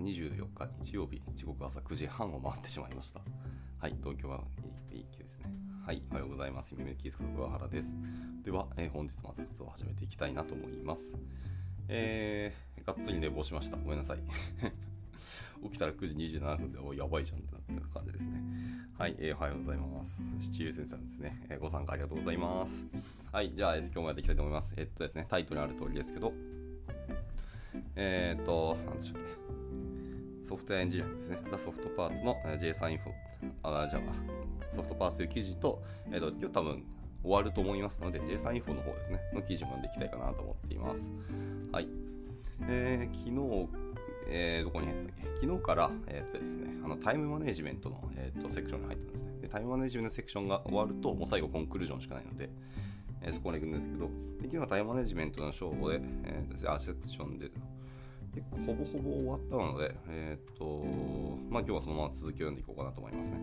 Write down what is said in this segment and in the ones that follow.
24日日曜日、時刻朝9時半を回ってしまいました。はい、東京は1日ですね。はい、おはようございます。耳のキースこと桑原です。では、本日も朝活を始めていきたいなと思います。がっつり寝坊しました。ごめんなさい。起きたら9時27分で、やばいじゃんってなってる感じですね。はい、おはようございます。七流先生ですね、ご参加ありがとうございます。はい、じゃあ、今日もやっていきたいと思います。ですね、タイトルにある通りですけど、なんでしょうっけ、ソフトウェアエンジニアですね、ザ・ソフトパーツの JSON インフォ、ソフトパーツという記事と、今日多分終わると思いますので、JSON インフォの方ですね、の記事も読んでいきたいかなと思っています。はい。昨日、どこに入ったっけ、昨日から、ですね、タイムマネジメントの、セクションに入ったんですね。でタイムマネジメントセクションが終わると、もう最後コンクルージョンしかないので、そこに行くんですけど、で昨日はタイムマネジメントの章で、セクションで、ほぼほぼ終わったので、今日はそのまま続きを読んでいこうかなと思いますね。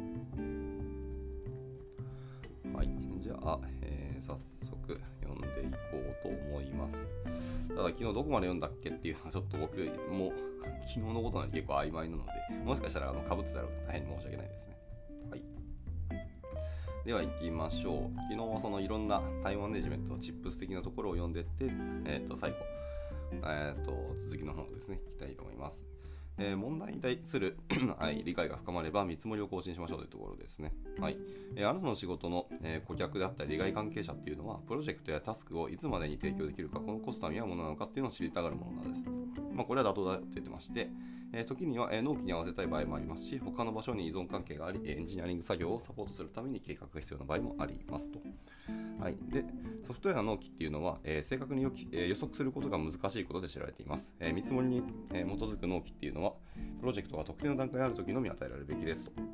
はい、じゃあ、早速読んでいこうと思います。ただ昨日どこまで読んだっけっていうのはちょっと僕も昨日のことなのに結構曖昧なので、もしかしたら被ってたら大変申し訳ないですね。はい。では行きましょう。昨日はそのいろんなタイムマネジメントのチップス的なところを読んでいって、最後、続きの方ですね、いきたいと思います。問題に対するはい、理解が深まれば見積もりを更新しましょうというところですね。はい。あなたの仕事の、顧客であったり利害関係者っていうのはプロジェクトやタスクをいつまでに提供できるか、このコストは見合うものなのかっていうのを知りたがるものなんです。これは妥当だと言ってまして、時には、納期に合わせたい場合もありますし、他の場所に依存関係があり、エンジニアリング作業をサポートするために計画が必要な場合もありますと。はい、でソフトウェアの納期っていうのは、正確に予測することが難しいことで知られています。見積もりに、基づく納期っていうのは、プロジェクトが特定の段階にあるときのみ与えられるべきですと。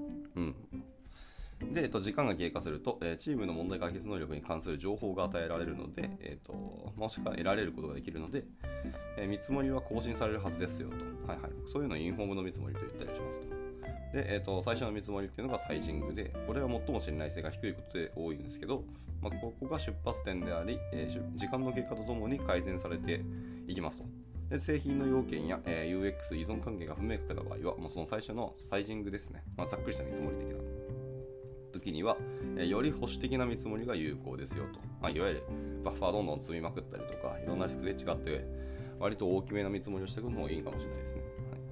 で、時間が経過すると、チームの問題解決能力に関する情報が与えられるので、もしくは得られることができるので、見積もりは更新されるはずですよと。はいはい、そういうのをインフォームの見積もりと言ったりしますと。で、最初の見積もりっていうのがサイジングで、これは最も信頼性が低いことで多いんですけど、ここが出発点であり、時間の経過とともに改善されていきますと。で製品の要件や、UX 依存関係が不明確な場合は、その最初のサイジングですね、ざっくりした見積もり的な時には、より保守的な見積もりが有効ですよと。いわゆるバッファーどんどん積みまくったりとか、いろんなリスクで違って割と大きめな見積もりをしていくのもいいかもしれないですね。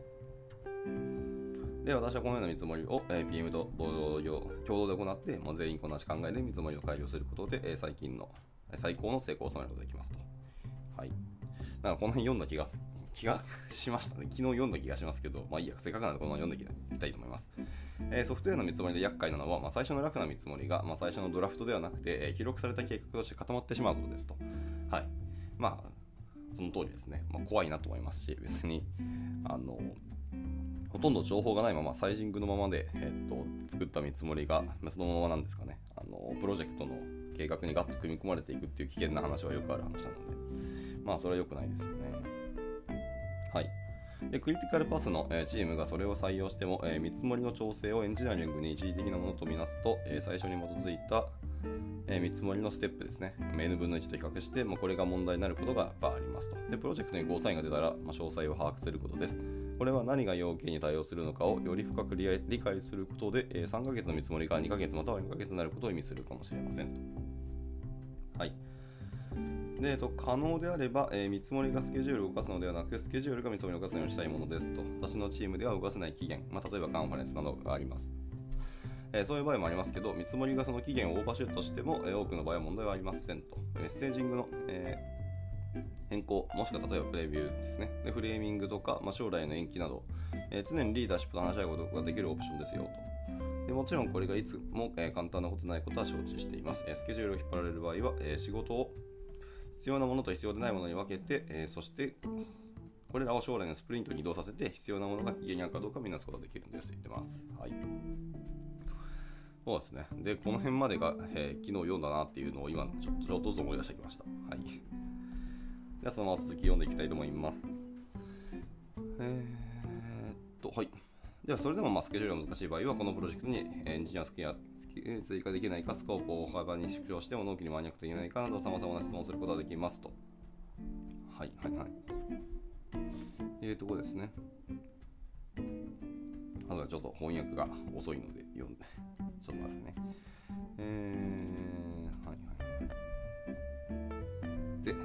で、私はこのような見積もりを PM と共同で行って、全員同じ考えで見積もりを改良することで、最高の成功を収めることができますと。はい。なんかこの辺読んだ気がしましたね。昨日読んだ気がしますけど、いいや、せっかくなのでこのまま読んでいきたいと思います。ソフトウェアの見積もりで厄介なのは、最初のラフな見積もりが、最初のドラフトではなくて、記録された計画として固まってしまうことですと。はい。その通りですね。怖いなと思いますし、別に、ほとんど情報がないままサイジングのままで、作った見積もりがそのままなんですかね、プロジェクトの計画にガッと組み込まれていくっていう危険な話はよくある話なので、それは良くないですよね。はい。でクリティカルパスの、チームがそれを採用しても、見積もりの調整をエンジニアリングに一時的なものとみなすと、最初に基づいた、見積もりのステップですね、N 分の1と比較して、これが問題になることがやっぱありますと。でプロジェクトにゴーサインが出たら、詳細を把握することです。これは何が要件に対応するのかをより深く理解することで、3ヶ月の見積もりが2ヶ月または2ヶ月になることを意味するかもしれませんと。はい。で、可能であれば、見積もりがスケジュールを動かすのではなく、スケジュールが見積もりを動かすようにしたいものですと。私のチームでは動かせない期限、例えばカンファレンスなどがあります。そういう場合もありますけど、見積もりがその期限をオーバーシュートしても、多くの場合は問題はありませんと。メッセージングの、変更、もしくは例えばプレビューですね。でフレーミングとか、将来の延期など、常にリーダーシップと話し合うことができるオプションですよと。でもちろんこれがいつも、簡単なことないことは承知しています。スケジュールを引っ張られる場合は、仕事を必要なものと必要でないものに分けて、そしてこれらを将来のスプリントに移動させて必要なものが期限にあるかどうか見なすことができるんですと言ってます。はい。そうですね。で、この辺までが、昨日読んだなっていうのを今ちょっとずつ思い出してきました。はい。ではそのまま続き読んでいきたいと思います。はい。ではそれでもスケジュールが難しい場合は、このプロジェクトにエンジニアスキル追加できないか、スコープを大幅に縮小しても納期に間に合わなくていけないかなど、様々な質問をすることができますと。はいはいはい。というところですね。 あとはちょっと翻訳が遅いので読んで、ちょっと待ってね。はいはい。で、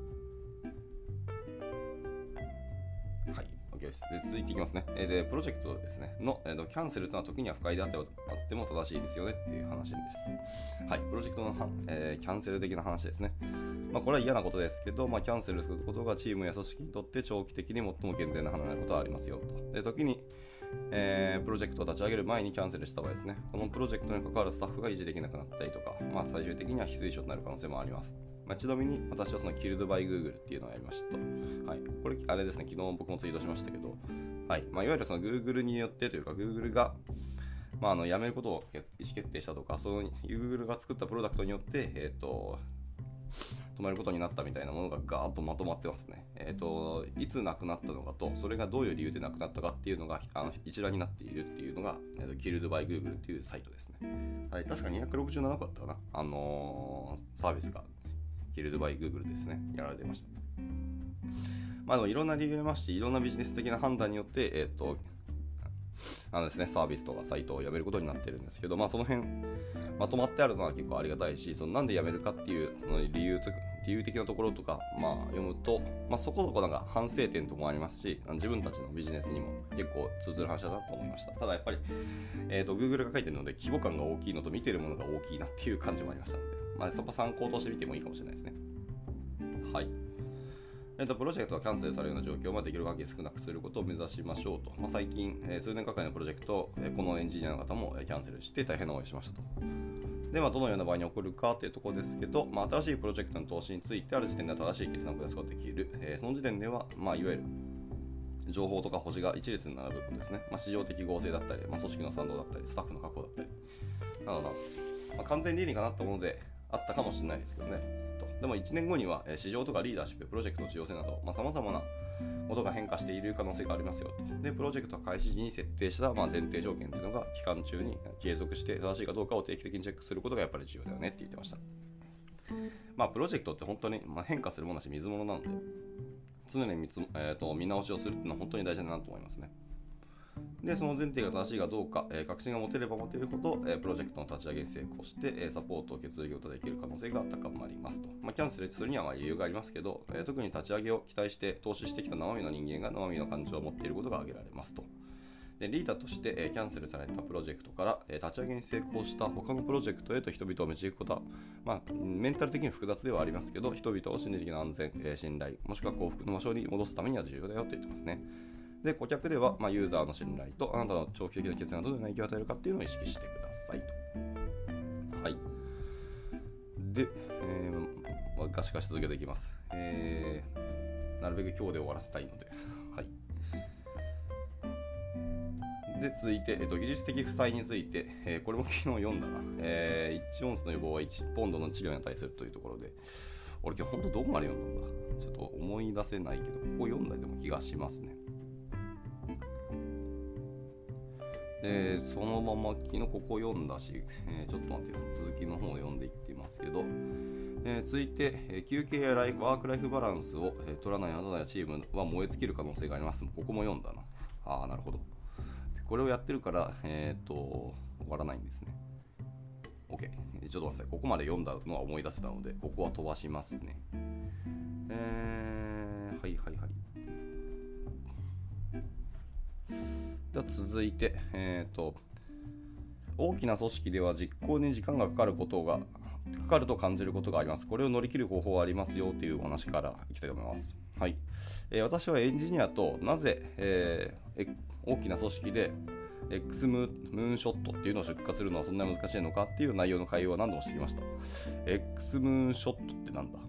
はい、OK です。で、続いていきますね。で、プロジェクトですね、の、キャンセルというのは時には不快であっても正しいですよねっていう話です。はい、プロジェクトのキャンセル的な話ですね。これは嫌なことですけど、キャンセルすることがチームや組織にとって長期的に最も健全な話になることはありますよと。で、時に、プロジェクトを立ち上げる前にキャンセルした場合ですね、このプロジェクトに関わるスタッフが維持できなくなったりとか、最終的には非推奨となる可能性もあります。ちなみに私はその Killed by Google っていうのをやりましたと。はい、これあれですね、昨日僕もツイートしましたけど、はい、いわゆるその Google によってというか Google が辞めることを意思決定したとか、その Google が作ったプロダクトによって、止めることになったみたいなものがガーッとまとまってますね。いつなくなったのかと、それがどういう理由でなくなったかっていうのが一覧になっているっていうのが、Killed by Google っていうサイトですね。はい、確か267個あったかな、サービスが Killed by Google ですね、やられてました。でもいろんな理由がありますし、いろんなビジネス的な判断によって、ですね、サービスとかサイトを辞めることになってるんですけど、その辺まとまってあるのは結構ありがたいし、なんで辞めるかっていうその理由的なところとか、読むと、そこそこなんか反省点ともありますし、自分たちのビジネスにも結構通ずる話だなと思いました。ただやっぱり、Google が書いてるので規模感が大きいのと見てるものが大きいなっていう感じもありましたので、そこは参考としてみてもいいかもしれないですね。はい。プロジェクトがキャンセルされるような状況はできる限り少なくすることを目指しましょうと。最近、数年かかりのプロジェクト、このエンジニアの方もキャンセルして大変な思いをしましたと。で、どのような場合に起こるかというところですけど、新しいプロジェクトの投資についてある時点では正しい決断を下すことができる。その時点では、いわゆる情報とか星が一列に並ぶことですね。市場的合成だったり、組織の賛同だったり、スタッフの確保だったり。なので、完全に理にかなったものであったかもしれないですけどね。でも1年後には市場とかリーダーシップ、プロジェクトの重要性など、様々なことが変化している可能性がありますよと。で、プロジェクト開始時に設定した前提条件というのが期間中に継続して正しいかどうかを定期的にチェックすることがやっぱり重要だよねって言ってました。プロジェクトって本当に変化するものだし水物なので、常に見直しをするっていうのは本当に大事だなと思いますね。で、その前提が正しいかどうか、確信が持てれば持てるほど、プロジェクトの立ち上げに成功して、サポートを決断できる可能性が高まりますと。キャンセルするには理由がありますけど、特に立ち上げを期待して投資してきた生身の人間が生身の感情を持っていることが挙げられますと。で、リーダーとして、キャンセルされたプロジェクトから、立ち上げに成功した他のプロジェクトへと人々を導くことは、メンタル的に複雑ではありますけど、人々を心理的な安全、信頼、もしくは幸福の場所に戻すためには重要だよと言ってますね。で、顧客では、ユーザーの信頼とあなたの長期的な決断がどのような影響を与えるかっていうのを意識してくださいと。はい。で、ガシガシ続けていきます。なるべく今日で終わらせたいので。はい。で、続いて、技術的負債について、これも昨日読んだな。1オンスの予防は1ポンドの治療に対するというところで、俺今日本当どこまで読んだんだ？ちょっと思い出せないけど、ここ読んだでも気がしますね。で、そのまま昨日ここ読んだし、ちょっと待ってよ、続きの方を読んでいってますけど、続いて、休憩やワークライフバランスを、取らないあなたやチームは燃え尽きる可能性があります。ここも読んだな。なるほど。これをやってるから、終わらないんですね。OK。ちょっと待ってください。ここまで読んだのは思い出せたので、ここは飛ばしますね。はい。では続いて、大きな組織では実行に時間がかかると感じることがあります。これを乗り切る方法はありますよというお話からいきたいと思います。はい。私はエンジニアとなぜ、大きな組織で X ムーンショットっていうのを出荷するのはそんなに難しいのかっていう内容の会話を何度もしてきました。X ムーンショットってなんだ？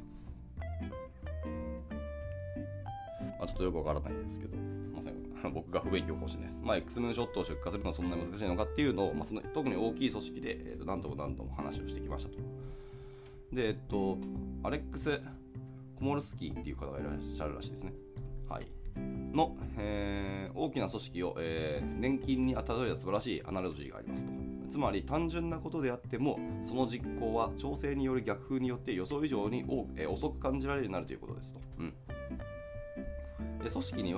ちょっとよくわからないんですけど、僕が不勉強かもしれないです。X ムーンショットを出荷するのはそんなに難しいのかっていうのを、その特に大きい組織で、何度も話をしてきましたと。で、アレックス・コモルスキーっていう方がいらっしゃるらしいですね。はい。の、大きな組織を、年金に例えた素晴らしいアナロジーがありますと。つまり単純なことであっても、その実行は調整による逆風によって予想以上に遅く感じられるようになるということですと。で、組織には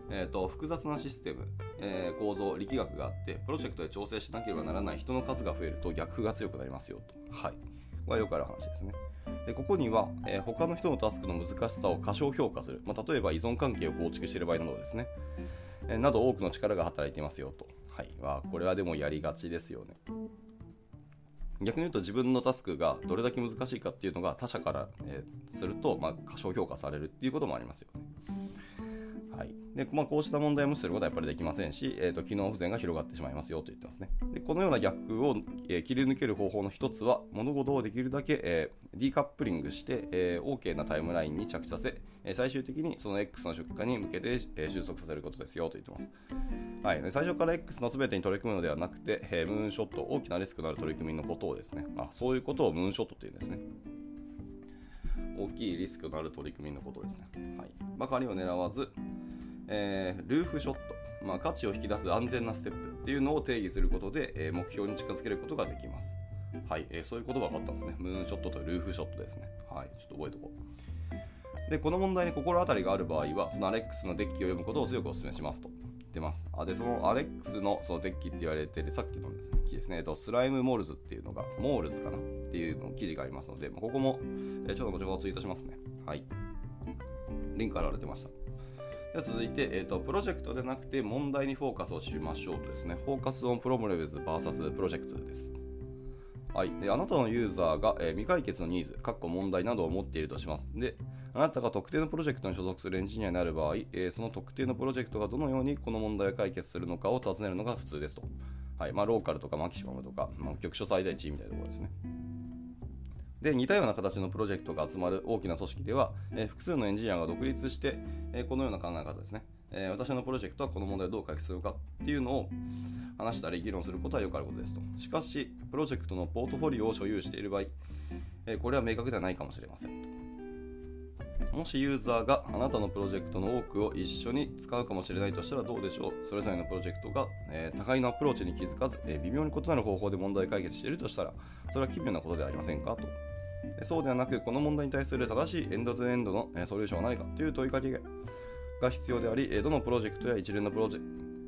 複雑なシステム、構造、力学があって、プロジェクトで調整しなければならない人の数が増えると逆風が強くなりますよと。はい。これはよくある話ですね。でここには、他の人のタスクの難しさを過小評価する、例えば依存関係を構築している場合などですね、など多くの力が働いていますよと。はい。これはでもやりがちですよね。逆に言うと自分のタスクがどれだけ難しいかっていうのが他者から、すると、過小評価されるっていうこともありますよね。はい。でこうした問題を無視することはやっぱりできませんし、機能不全が広がってしまいますよと言ってますね。でこのような逆風を、切り抜ける方法の一つは、物事をできるだけ、ディカップリングして、OK なタイムラインに着地させ、最終的にその X の出荷に向けて、収束させることですよと言ってます。はい、で最初から X の全てに取り組むのではなくて、ムーンショット、大きなリスクのある取り組みのことをですね、そういうことをムーンショットというんですね。大きいリスクのある取り組みのことですね。はい、ばかりを狙わず、ルーフショット、価値を引き出す安全なステップっていうのを定義することで、目標に近づけることができます。はい、そういう言葉があったんですね。ムーンショットとルーフショットですね。はい、ちょっと覚えておこう。で、この問題に心当たりがある場合は、そのアレックスのデッキを読むことを強くお勧めしますと言ってます。で、そのアレックスのそのデッキって言われているさっきの記事ですね、スライムモールズっていうのが、モールズかなっていうの記事がありますので、ここも、ちょっと後ほどツイートしますね。はい。リンク貼られてました。では続いて、プロジェクトでなくて問題にフォーカスをしましょうとですね、フォーカスオンプロブレムズ vs プロジェクトです。はい、であなたのユーザーが、未解決のニーズ、問題などを持っているとします。で、あなたが特定のプロジェクトに所属するエンジニアになる場合、その特定のプロジェクトがどのようにこの問題を解決するのかを尋ねるのが普通ですと。はい、ローカルとかマキシマムとか、局所最大値みたいなところですね。で、似たような形のプロジェクトが集まる大きな組織では、複数のエンジニアが独立して、このような考え方ですね。私のプロジェクトはこの問題をどう解決するのかっていうのを話したり議論することはよくあることですと。しかし、プロジェクトのポートフォリオを所有している場合、これは明確ではないかもしれませんと。もしユーザーがあなたのプロジェクトの多くを一緒に使うかもしれないとしたらどうでしょう。それぞれのプロジェクトが、互いのアプローチに気づかず、微妙に異なる方法で問題解決しているとしたら、それは奇妙なことではありませんかと。そうではなく、この問題に対する正しいエンドツーエンドのソリューションは何かという問いかけが必要であり、どのプロジェクトや一連のプロジェ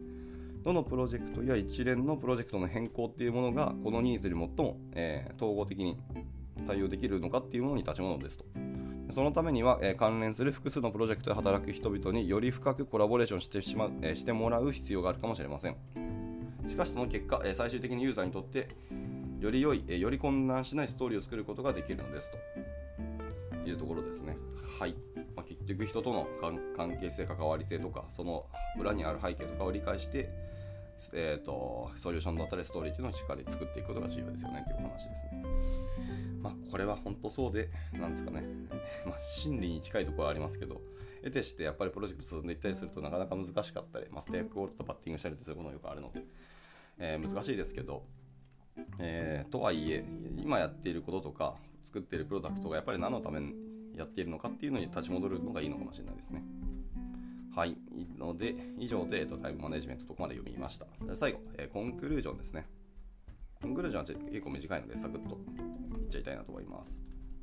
クトの変更っていうものがこのニーズに最も、統合的に対応できるのかっていうものに立ち物ですと。そのためには、関連する複数のプロジェクトで働く人々により深くコラボレーションしてもらう必要があるかもしれません。しかしその結果、最終的にユーザーにとってより良い、より混乱しないストーリーを作ることができるのですというところですね。はい。結局人との関係性、関わり性とか、その裏にある背景とかを理解して、ソリューションだったりストーリーっていうのをしっかり作っていくことが重要ですよねというお話ですね。これは本当そうで、なんですかね。真理に近いところはありますけど、得てしてやっぱりプロジェクト進んでいったりするとなかなか難しかったり、ステークホルダーとバッティングしたりすることがよくあるので、難しいですけど、とはいえ、今やっていることとか、作っているプロダクトがやっぱり何のためにやっているのかっていうのに立ち戻るのがいいのかもしれないですね。はい。ので、以上で、タイムマネジメントとこまで読みました。最後、コンクルージョンですね。コンクルージョンは結構短いので、サクッといっちゃいたいなと思います。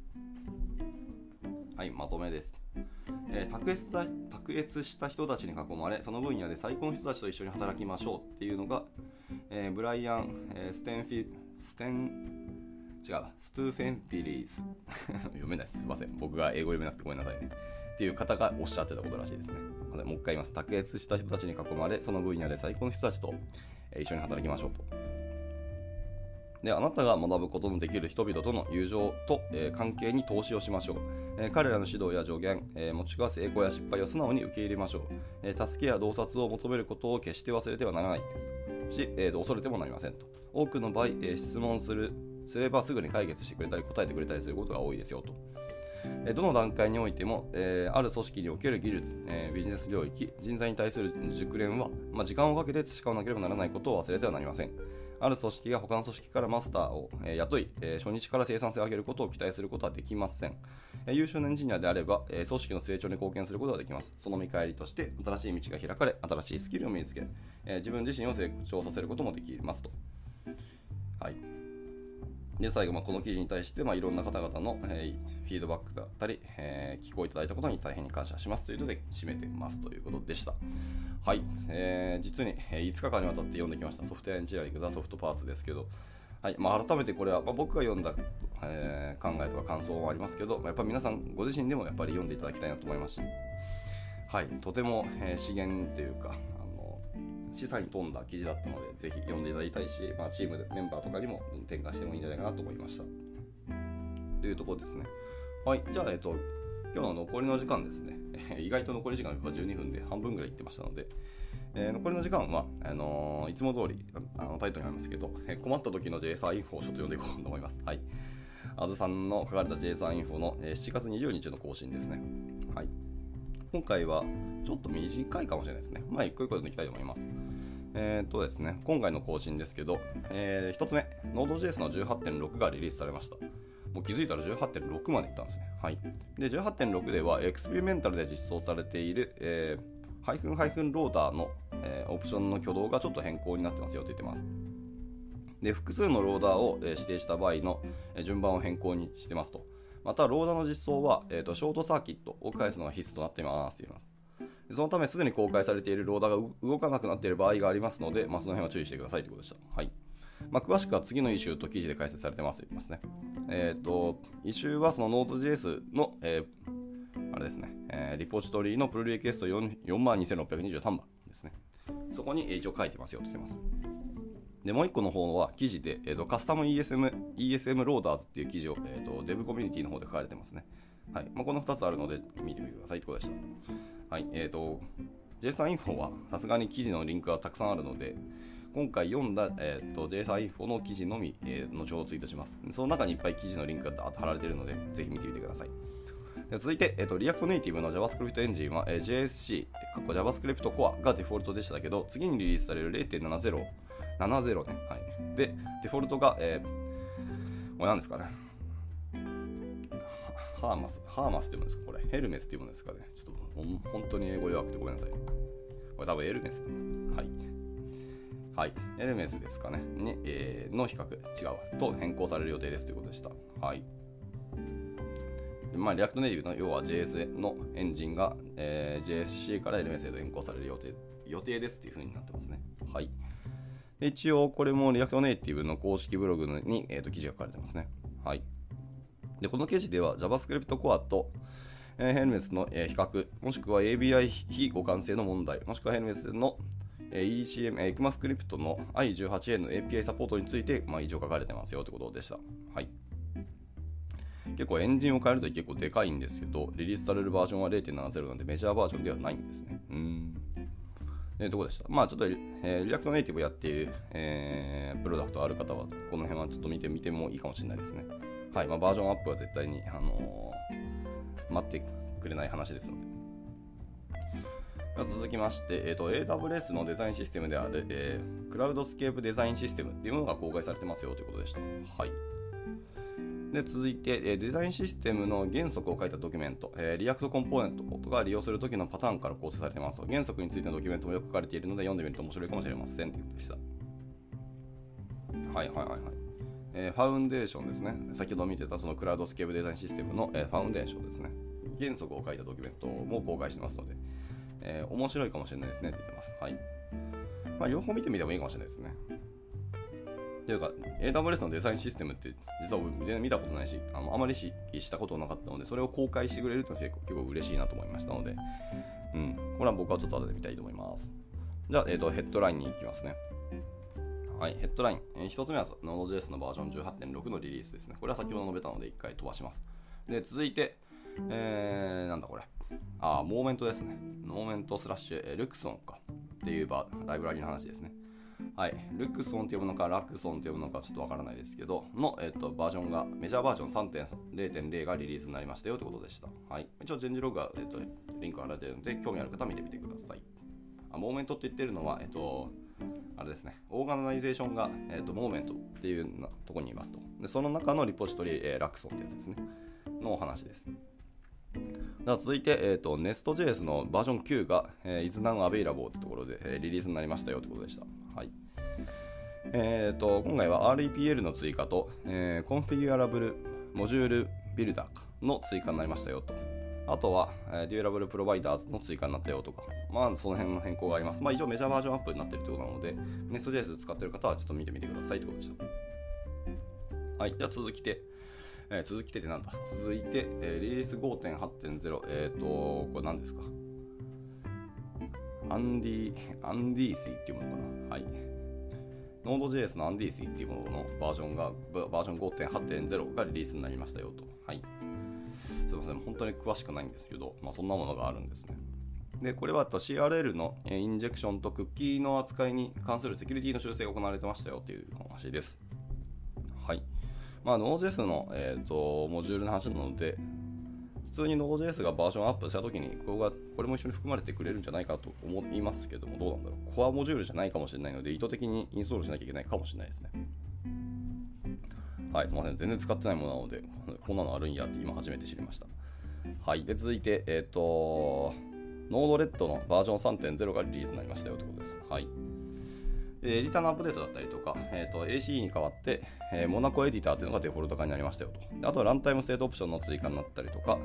はい、まとめです。卓越した人たちに囲まれ、その分野で最高の人たちと一緒に働きましょうっていうのが、ブライアン・ストゥーフェンフィリーズ読めないです。すいません。僕が英語読めなくてごめんなさいね。っていう方がおっしゃってたことらしいですね。もう一回言います。卓越した人たちに囲まれ、その分野で最高の人たちと一緒に働きましょうと。で、あなたが学ぶことのできる人々との友情と、関係に投資をしましょう。彼らの指導や助言、もしくは成功や失敗を素直に受け入れましょう。助けや洞察を求めることを決して忘れてはならないですし、恐れてもなりませんと。多くの場合、質問すればすぐに解決してくれたり答えてくれたりすることが多いですよと。どの段階においても、ある組織における技術、ビジネス領域、人材に対する熟練は、時間をかけて培わなければならないことを忘れてはなりません。ある組織が他の組織からマスターを雇い、初日から生産性を上げることを期待することはできません。優秀なエンジニアであれば、組織の成長に貢献することができます。その見返りとして、新しい道が開かれ、新しいスキルを身につけ、自分自身を成長させることもできますと。はい。 で最後、この記事に対して、いろんな方々の、フィードバックだったり、寄稿いただいたことに大変に感謝しますというので締めてますということでした。はい、実に5日間にわたって読んできましたソフトウェアエンジニアリングザソフトパーツですけど、はい、改めてこれは、僕が読んだ、考えとか感想はありますけど、やっぱり皆さんご自身でもやっぱり読んでいただきたいなと思いますし、はい、とても、資源というか示唆に富んだ記事だったので、ぜひ読んでいただきたいし、チームでメンバーとかにも転換してもいいんじゃないかなと思いました。というところですね。はい、じゃあ、今日の残りの時間ですね。意外と残り時間は12分で半分ぐらいいってましたので、残りの時間は、いつも通りタイトルにありますけど、困った時の JSR インフォをちょっと読んでいこうと思います。はい。あずさんの書かれた JSR インフォの7月20日の更新ですね。はい。今回はちょっと短いかもしれないですね。一個一個でいきたいと思います。ですね、今回の更新ですけど、1つ目、Node.js の 18.6 がリリースされました。もう気づいたら 18.6 までいったんですね。はい。で、18.6 ではエクスペリメンタルで実装されている、ハイフンローダーの、オプションの挙動がちょっと変更になってますよと言ってます。で、複数のローダーを、指定した場合の、順番を変更にしてますと。また、ローダーの実装は、ショートサーキットを返すのが必須となっていますと言います。そのため、すでに公開されているローダーが動かなくなっている場合がありますので、その辺は注意してくださいということでした。はい。詳しくは次のイシューと記事で解説されてますと言いますね。イシューはその Node.js の、あれですね、リポジトリのプルリクエスト42623番ですね。そこに一応書いてますよと言ってます。で、もう一個の方は記事で、カスタム ESM ローダーズっていう記事を、デブコミュニティの方で書かれてますね。はい。この2つあるので見てみてくださいということでした。はい。JSON インフォはさすがに記事のリンクがたくさんあるので、今回読んだ、JSON インフォの記事のみ、後ほどツイートします。その中にいっぱい記事のリンクが貼られているので、ぜひ見てみてください。で続いて、React Native の JavaScript エンジンは、JSC、JavaScript Core がデフォルトでしたけど、次にリリースされる 0.70 ね。はい。で、デフォルトが、これ何ですかね。ハーマスって読むんですかこれ。ヘルメスって読むんですかね。ちょっと本当に英語弱くてごめんなさい。これ多分エルメスだな。はい。はい。エルメスですかね。の比較、違うと変更される予定ですということでした。はい。React Native の要は JS のエンジンが、JSC から LMS へと変更される予定ですっていう風になってますね。はい。一応これも React Native の公式ブログに、記事が書かれてますね。はい。で、この記事では JavaScript Core と、Helm の、比較、もしくは ABI 非互換性の問題、もしくは Helm の、ECM、ECMAScript の i18n の API サポートについて、一応書かれてますよということでした。はい。結構エンジンを変えると結構でかいんですけど、リリースされるバージョンは 0.70 なんでメジャーバージョンではないんですね。どこでした？ちょっと、React Native やっている、プロダクトある方は、この辺はちょっと見てみてもいいかもしれないですね。はい。バージョンアップは絶対に、待ってくれない話ですので。続きまして、AWS のデザインシステムである、クラウドスケープデザインシステムっていうものが公開されてますよということでした。はい。で続いて、デザインシステムの原則を書いたドキュメント、リアクトコンポーネントが利用するときのパターンから構成されています。原則についてのドキュメントもよく書かれているので読んでみると面白いかもしれませんということでした。はい。ファウンデーションですね。先ほど見てたそのクラウドスケープデザインシステムの、ファウンデーションですね。原則を書いたドキュメントも公開してますので、面白いかもしれないですねって言ってます。はい。両方見てみてもいいかもしれないですね。というか、AWS のデザインシステムって実は全然見たことないし、あまり意識したことなかったので、それを公開してくれると結構嬉しいなと思いましたので、これは僕はちょっと後で見たいと思います。じゃあ、ヘッドラインに行きますね。はい、ヘッドライン。1つ目は Node.js のバージョン 18.6 のリリースですね。これは先ほど述べたので1回飛ばします。で、続いて、なんだこれ。モーメントですね。モーメントスラッシュ、ルクソンかっていうライブラリの話ですね。はい、ルクソンって呼ぶのかラクソンって呼ぶのかちょっとわからないですけどの、バージョンがメジャーバージョン 3.0 がリリースになりましたよということでした。はい、一応チェンジログが、リンク貼られているので興味ある方は見てみてください。モーメントって言ってるのは、あれですね、オーガナイゼーションが、モーメントっていうところにいますと。でその中のリポジトリ、ラクソンってやつですねのお話です。では続いて、Nest.js のバージョン9が、is now available というところで、リリースになりましたよということでした。はい。 今回は REPL の追加と、Configurable Module Builder の追加になりましたよと。あとは、Durable Providers の追加になったよとか、まあその辺の変更があります。まあ以上メジャーバージョンアップになっているということなので、Nest.js 使っている方はちょっと見てみてくださいということでした。はい、じゃあ続いてってなんだ続いて、リリース 5.8.0、これ何ですかアンディーシーっていうものかな。はい。Node.js のアンディーシーっていうもののバージョン 5.8.0 がリリースになりましたよと。はい。すいません、本当に詳しくないんですけど、まあ、そんなものがあるんですね。で、これはCRL のインジェクションとクッキーの扱いに関するセキュリティの修正が行われてましたよという話です。はい。まあ、Node.js の、モジュールの話なので、普通に Node.js がバージョンアップしたときにこれも一緒に含まれてくれるんじゃないかと思いますけども、どうなんだろう。コアモジュールじゃないかもしれないので、意図的にインストールしなきゃいけないかもしれないですね。はい、すみません。全然使ってないものなので、こんなのあるんやって今初めて知りました。はい。で、続いて、Node-RED のバージョン 3.0 がリリースになりましたよということです。はい。エディターのアップデートだったりとか、ACE に代わって、モナコエディターというのがデフォルト化になりましたよと。あとはランタイムステートオプションの追加になったりとか、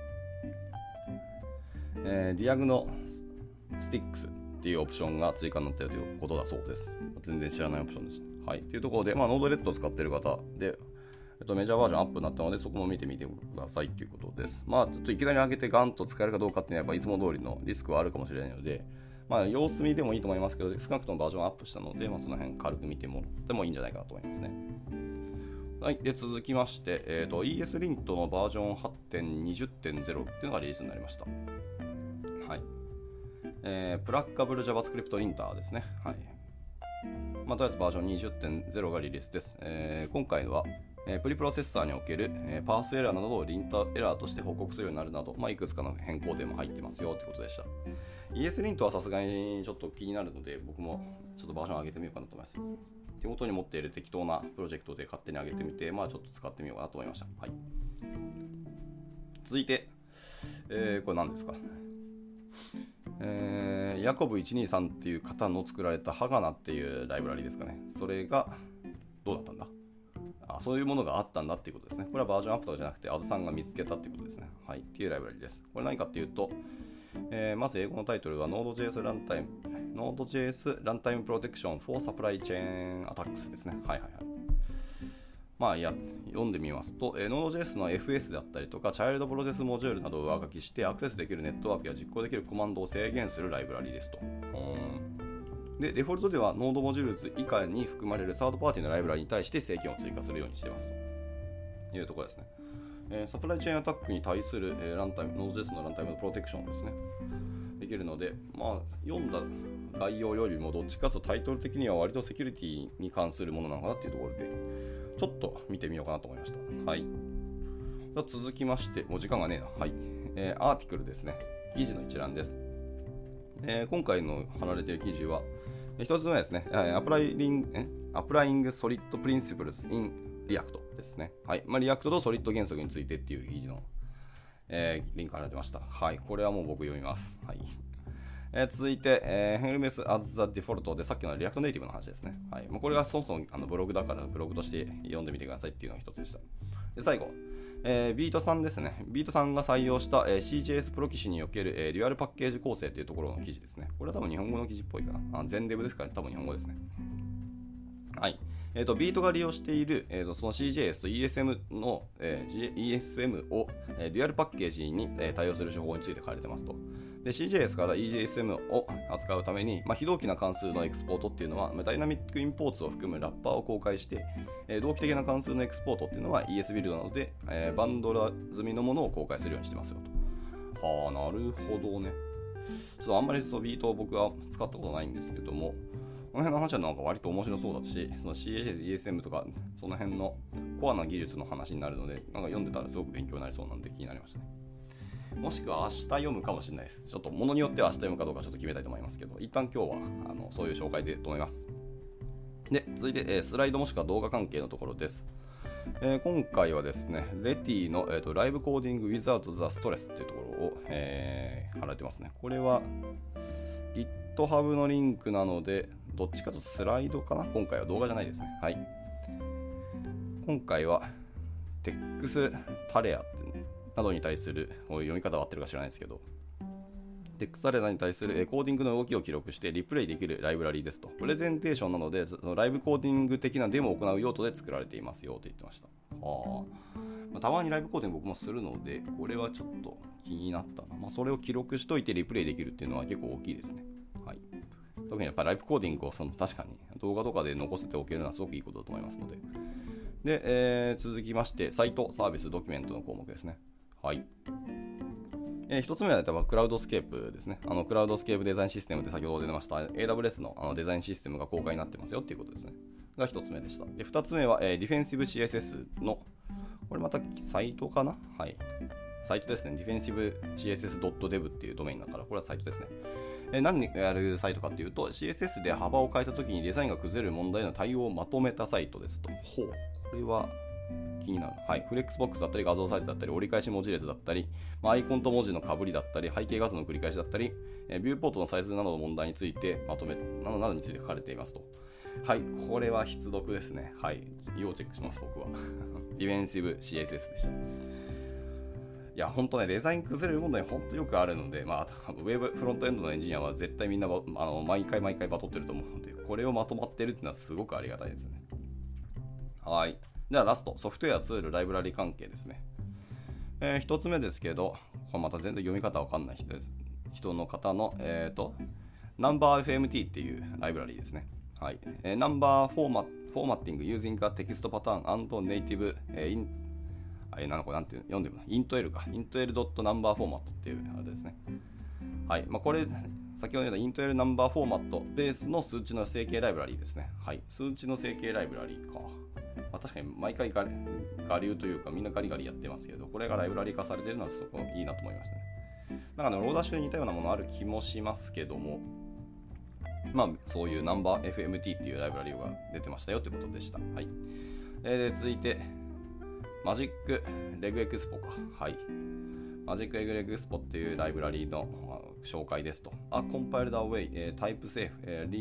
ディアグノスティックスっていうオプションが追加になったよということだそうです。全然知らないオプションです。はい。というところで、まあ、Node-RED を使っている方で、メジャーバージョンアップになったので、そこも見てみてくださいということです。まあ、ちょっといきなり上げてガンと使えるかどうかっていうのは、やっぱいつも通りのリスクはあるかもしれないので、まあ、様子見でもいいと思いますけど、少なくともバージョンアップしたので、まあ、その辺軽く見てもらってもいいんじゃないかなと思いますね。はい。で、続きまして、ESLint のバージョン 8.20.0 っていうのがリリースになりました。はい。プラッカブル JavaScript リンターですね。はい。まあ、とりあえずバージョン 20.0 がリリースです。今回は、プリプロセッサーにおける、パースエラーなどをリンターエラーとして報告するようになるなど、まあ、いくつかの変更点も入ってますよということでした。ESLint はさすがにちょっと気になるので、僕もちょっとバージョン上げてみようかなと思います。手元に持っている適当なプロジェクトで勝手に上げてみて、まあちょっと使ってみようかなと思いました。はい。続いて、これ何ですか。ヤコブ123っていう方の作られたハガナっていうライブラリですかね。それがどうだったんだ。そういうものがあったんだっていうことですね。これはバージョンアップとかじゃなくて、あずさんが見つけたっていうことですね。はい。っていうライブラリです。これ何かっていうと、まず英語のタイトルは Node.js Runtime Protection for Supply Chain Attacks ですね。はいはいはい。まあ読んでみますと、Node.js の FS であったりとか、チャイルドプロセスモジュールなどを上書きしてアクセスできるネットワークや実行できるコマンドを制限するライブラリですと。で、デフォルトでは Node モジュールズ以下に含まれるサードパーティーのライブラリに対して制限を追加するようにしていますというところですね。サプライチェーンアタックに対する、Node.js のランタイムのプロテクションですね。できるので、まあ、読んだ概要よりもどっちかというとタイトル的には割とセキュリティに関するものなのかなっていうところで、ちょっと見てみようかなと思いました。はい。続きまして、もう時間がねえな。はい。アーティクルですね。記事の一覧です。今回の貼られている記事は、一つ目ですね。Applying Solid Principles in React ですね。はい。まあ、React と Solid 原則についてっていう記事の、リンク貼られてました。はい。これはもう僕読みます。はい。続いて、Helm as the Default でさっきの React Native の話ですね。はい。これがそもそもブログだからブログとして読んでみてくださいっていうのが一つでした。で最後、ビートさんですね。ビートさんが採用した、CJS プロキシにおける、デュアルパッケージ構成というところの記事ですね。これは多分日本語の記事っぽいかな。全デブですから、ね、多分日本語ですね。はい。ビートが利用している、その CJS と ESM の、ESM を、デュアルパッケージに、対応する手法について書かれてますと。で CJS から ESM を扱うために、非同期な関数のエクスポートっていうのは、ダイナミックインポーツを含むラッパーを公開して、同期的な関数のエクスポートっていうのは ES ビルドなので、バンドラ済みのものを公開するようにしてますよと。はあ、なるほどね。ちょっとあんまりそのビートを僕は使ったことないんですけども、この辺の話はなんか割と面白そうだし、その CJS、ESM とか、その辺のコアな技術の話になるので、なんか読んでたらすごく勉強になりそうなんで気になりましたね。もしくは明日読むかもしれないです。ちょっと物によっては明日読むかどうかちょっと決めたいと思いますけど、一旦今日はそういう紹介でと思います。で、続いて、スライドもしくは動画関係のところです。今回はですね、レティの、ライブコーディング Without the Stress っていうところを、貼られてますね。これは Git GitHub のリンクなので、どっちかとスライドかな。今回は動画じゃないですね。はい。今回は TEX タレアなどに対する、読み方は合ってるか知らないですけど、TEX タレアに対するコーディングの動きを記録してリプレイできるライブラリですと。プレゼンテーションなので、ライブコーディング的なデモを行う用途で作られていますよと言ってました。たまにライブコーディング僕もするので、これはちょっと気になったな。それを記録しといてリプレイできるっていうのは結構大きいですね。はい。特にやっぱりライブコーディングを確かに動画とかで残せておけるのはすごくいいことだと思いますので。で、続きまして、サイト、サービス、ドキュメントの項目ですね。はい。一つ目はクラウドスケープですね。クラウドスケープデザインシステムで先ほど出ました AWS のデザインシステムが公開になってますよっていうことですね。が一つ目でした。で、二つ目は、ディフェンシブ CSS の、これまたサイトかな？はい。サイトですね。defensivecss.dev っていうドメインだから、これはサイトですね。何にやるサイトかっていうと、CSS で幅を変えたときにデザインが崩れる問題への対応をまとめたサイトですと。これは気になる。はい。フレックスボックスだったり、画像サイトだったり、折り返し文字列だったり、アイコンと文字の被りだったり、背景画像の繰り返しだったり、ビューポートのサイズなどの問題についてなどについて書かれていますと。はい。これは必読ですね。はい。要チェックします、僕は。ディフェンシブ CSS でした。いや、本当ね、デザイン崩れる問題本当よくあるので、ウェブフロントエンドのエンジニアは絶対みんな毎回バトってると思うので、これをまとまってるっていうのはすごくありがたいですね。はい。ではラスト、ソフトウェアツール、ライブラリ関係ですね。一つ目ですけど、これまた全然読み方わかんない人の方の、NumberFMT っていうライブラリですね。はい。Number Formatting Using a Text Pattern and Native読んでもIntL か。IntL.NumberFormat っていうあれですね。はい。これ、先ほど言った IntL Number Format ベースの数値の整形ライブラリーですね。はい。数値の整形ライブラリーか。確かに毎回我流というかみんなガリガリやってますけど、これがライブラリー化されているのはすごくいいなと思いましたね。なんかね、ローダッシュに似たようなものある気もしますけども、そういう NumberFMT っていうライブラリーが出てましたよということでした。はい。で続いて、マジックレグエクスポか。はい。マジックレグエクスポっていうライブラリーの紹介ですと。Compiled away, type safe,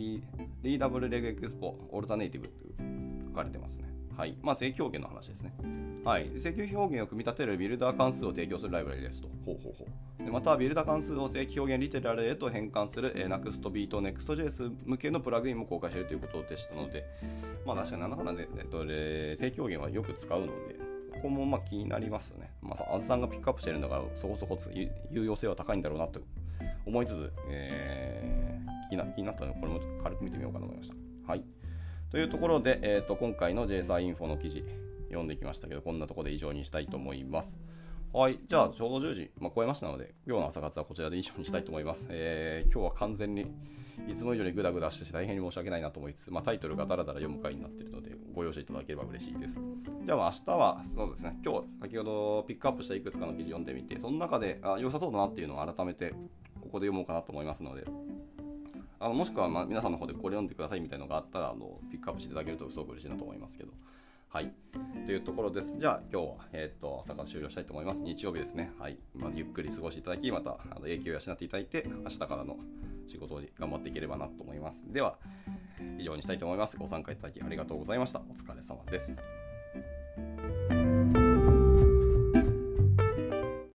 readable reg expo alternative と書かれてますね。はい。正規表現の話ですね。はい。正規表現を組み立てるビルダー関数を提供するライブラリですと。でまた、ビルダー関数を正規表現リテラルへと変換する NextBeat Next.js 向けのプラグインも公開しているということでしたので、確かになんだかんだで、正規表現はよく使うので、ここも気になりますね。あずさんがピックアップしているんだから、そこそこ有用性は高いんだろうなと思いつつ、気になったので、これも軽く見てみようかと思いました。はい。というところで、今回の JSA インフォの記事読んできましたけど、こんなところで以上にしたいと思います。はい。じゃあ、ちょうど10時、超えましたので、今日の朝活はこちらで以上にしたいと思います。今日は完全にいつも以上にグダグダして大変に申し訳ないなと思いつつ、タイトルがダラダラ読む回になっているので、ご容赦いただければ嬉しいです。じゃあ、明日は、そうですね、今日先ほどピックアップしたいくつかの記事読んでみて、その中で良さそうだなっていうのを改めてここで読もうかなと思いますので、もしくは皆さんの方でこれ読んでくださいみたいなのがあったらピックアップしていただけるとすごく嬉しいなと思いますけど。はい。というところです。じゃあ今日は、朝活終了したいと思います。日曜日ですね。はい。ゆっくり過ごしていただき、また影響を養っていただいて、明日からの仕事に頑張っていければなと思います。では、以上にしたいと思います。ご参加いただきありがとうございました。お疲れ様です。